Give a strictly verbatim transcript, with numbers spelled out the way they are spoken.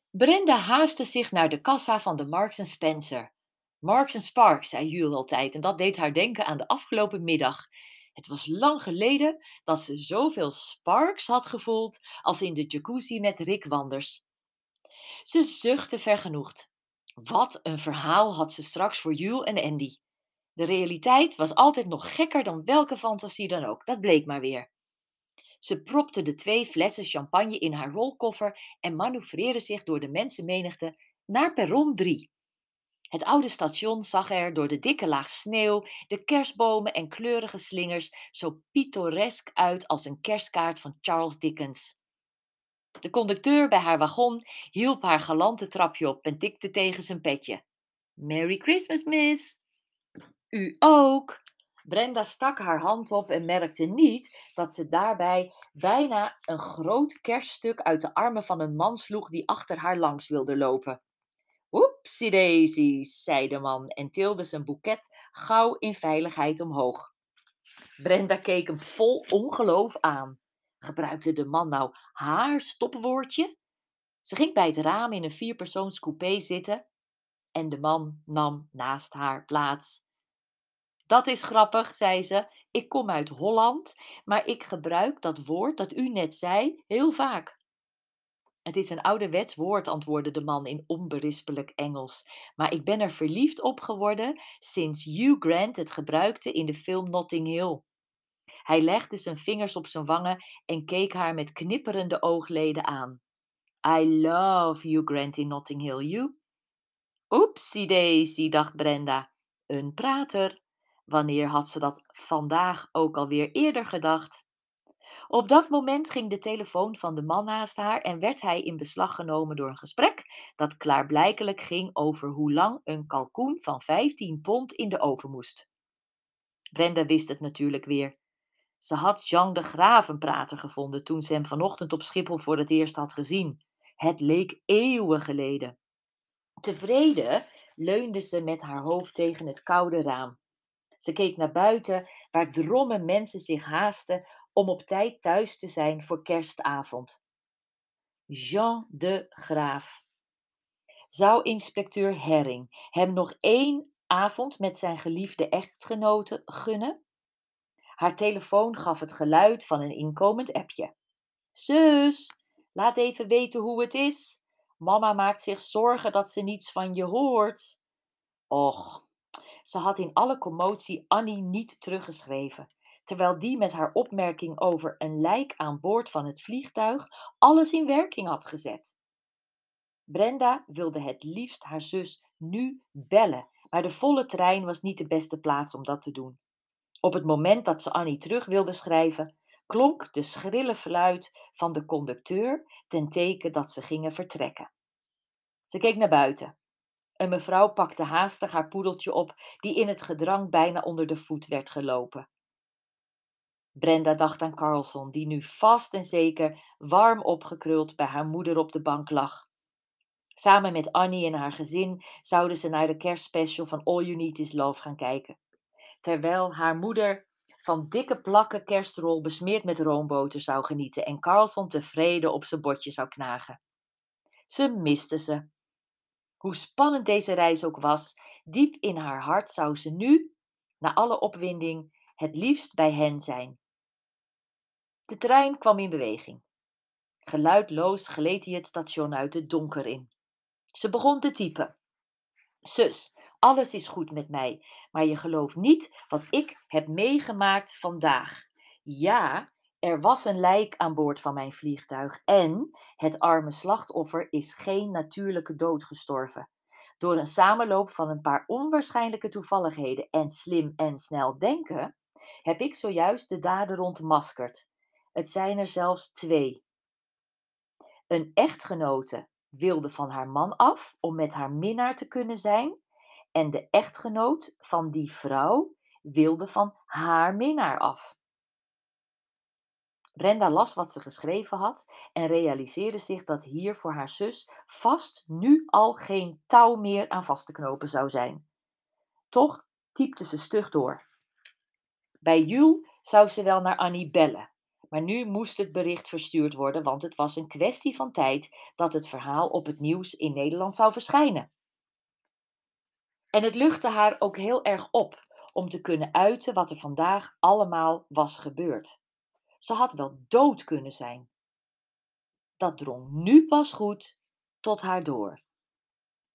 Brenda haastte zich naar de kassa van de Marks en Spencer. Marks en Sparks, zei Jules altijd, en dat deed haar denken aan de afgelopen middag. Het was lang geleden dat ze zoveel Sparks had gevoeld als in de jacuzzi met Rick Wanders. Ze zuchtte vergenoegd. Wat een verhaal had ze straks voor Jules en Andy. De realiteit was altijd nog gekker dan welke fantasie dan ook, dat bleek maar weer. Ze propte de twee flessen champagne in haar rolkoffer en manoeuvreerde zich door de mensenmenigte naar perron drie. Het oude station zag er door de dikke laag sneeuw, de kerstbomen en kleurige slingers zo pittoresk uit als een kerstkaart van Charles Dickens. De conducteur bij haar wagon hielp haar galante trapje op en tikte tegen zijn petje. Merry Christmas, miss! U ook! Brenda stak haar hand op en merkte niet dat ze daarbij bijna een groot kerststuk uit de armen van een man sloeg die achter haar langs wilde lopen. Oepsie daisies, zei de man en tilde zijn boeket gauw in veiligheid omhoog. Brenda keek hem vol ongeloof aan. Gebruikte de man nou haar stopwoordje? Ze ging bij het raam in een vierpersoons coupé zitten en de man nam naast haar plaats. Dat is grappig, zei ze. Ik kom uit Holland, maar ik gebruik dat woord dat u net zei heel vaak. Het is een ouderwets woord, antwoordde de man in onberispelijk Engels, maar ik ben er verliefd op geworden sinds Hugh Grant het gebruikte in de film Notting Hill. Hij legde zijn vingers op zijn wangen en keek haar met knipperende oogleden aan. I love Hugh Grant in Notting Hill, you. Oepsie daisy, dacht Brenda. Een prater. Wanneer had ze dat vandaag ook alweer eerder gedacht? Op dat moment ging de telefoon van de man naast haar en werd hij in beslag genomen door een gesprek dat klaarblijkelijk ging over hoe lang een kalkoen van vijftien pond in de oven moest. Brenda wist het natuurlijk weer. Ze had Jean de Graaf een prater gevonden toen ze hem vanochtend op Schiphol voor het eerst had gezien. Het leek eeuwen geleden. Tevreden leunde ze met haar hoofd tegen het koude raam. Ze keek naar buiten, waar drommen mensen zich haasten om op tijd thuis te zijn voor kerstavond. Jean de Graaf. Zou inspecteur Herring hem nog één avond met zijn geliefde echtgenote gunnen? Haar telefoon gaf het geluid van een inkomend appje. Zus, laat even weten hoe het is. Mama maakt zich zorgen dat ze niets van je hoort. Och, ze had in alle commotie Annie niet teruggeschreven, terwijl die met haar opmerking over een lijk aan boord van het vliegtuig alles in werking had gezet. Brenda wilde het liefst haar zus nu bellen, maar de volle trein was niet de beste plaats om dat te doen. Op het moment dat ze Annie terug wilde schrijven, klonk de schrille fluit van de conducteur ten teken dat ze gingen vertrekken. Ze keek naar buiten. Een mevrouw pakte haastig haar poedeltje op, die in het gedrang bijna onder de voet werd gelopen. Brenda dacht aan Carlson, die nu vast en zeker warm opgekruld bij haar moeder op de bank lag. Samen met Annie en haar gezin zouden ze naar de kerstspecial van All You Need Is Love gaan kijken, terwijl haar moeder van dikke plakken kerstrol besmeerd met roomboter zou genieten en Carlson tevreden op zijn bordje zou knagen. Ze miste ze. Hoe spannend deze reis ook was, diep in haar hart zou ze nu, na alle opwinding, het liefst bij hen zijn. De trein kwam in beweging. Geluidloos gleed hij het station uit het donker in. Ze begon te typen. Zus, alles is goed met mij, maar je gelooft niet wat ik heb meegemaakt vandaag. Ja, er was een lijk aan boord van mijn vliegtuig en het arme slachtoffer is geen natuurlijke dood gestorven. Door een samenloop van een paar onwaarschijnlijke toevalligheden en slim en snel denken, heb ik zojuist de dader ontmaskerd. Het zijn er zelfs twee. Een echtgenote wilde van haar man af om met haar minnaar te kunnen zijn, en de echtgenoot van die vrouw wilde van haar minnaar af. Brenda las wat ze geschreven had en realiseerde zich dat hier voor haar zus vast nu al geen touw meer aan vast te knopen zou zijn. Toch typte ze stug door. Bij Jules zou ze wel naar Annie bellen, Maar nu moest het bericht verstuurd worden, want het was een kwestie van tijd dat het verhaal op het nieuws in Nederland zou verschijnen. En het luchtte haar ook heel erg op om te kunnen uiten wat er vandaag allemaal was gebeurd. Ze had wel dood kunnen zijn. Dat drong nu pas goed tot haar door.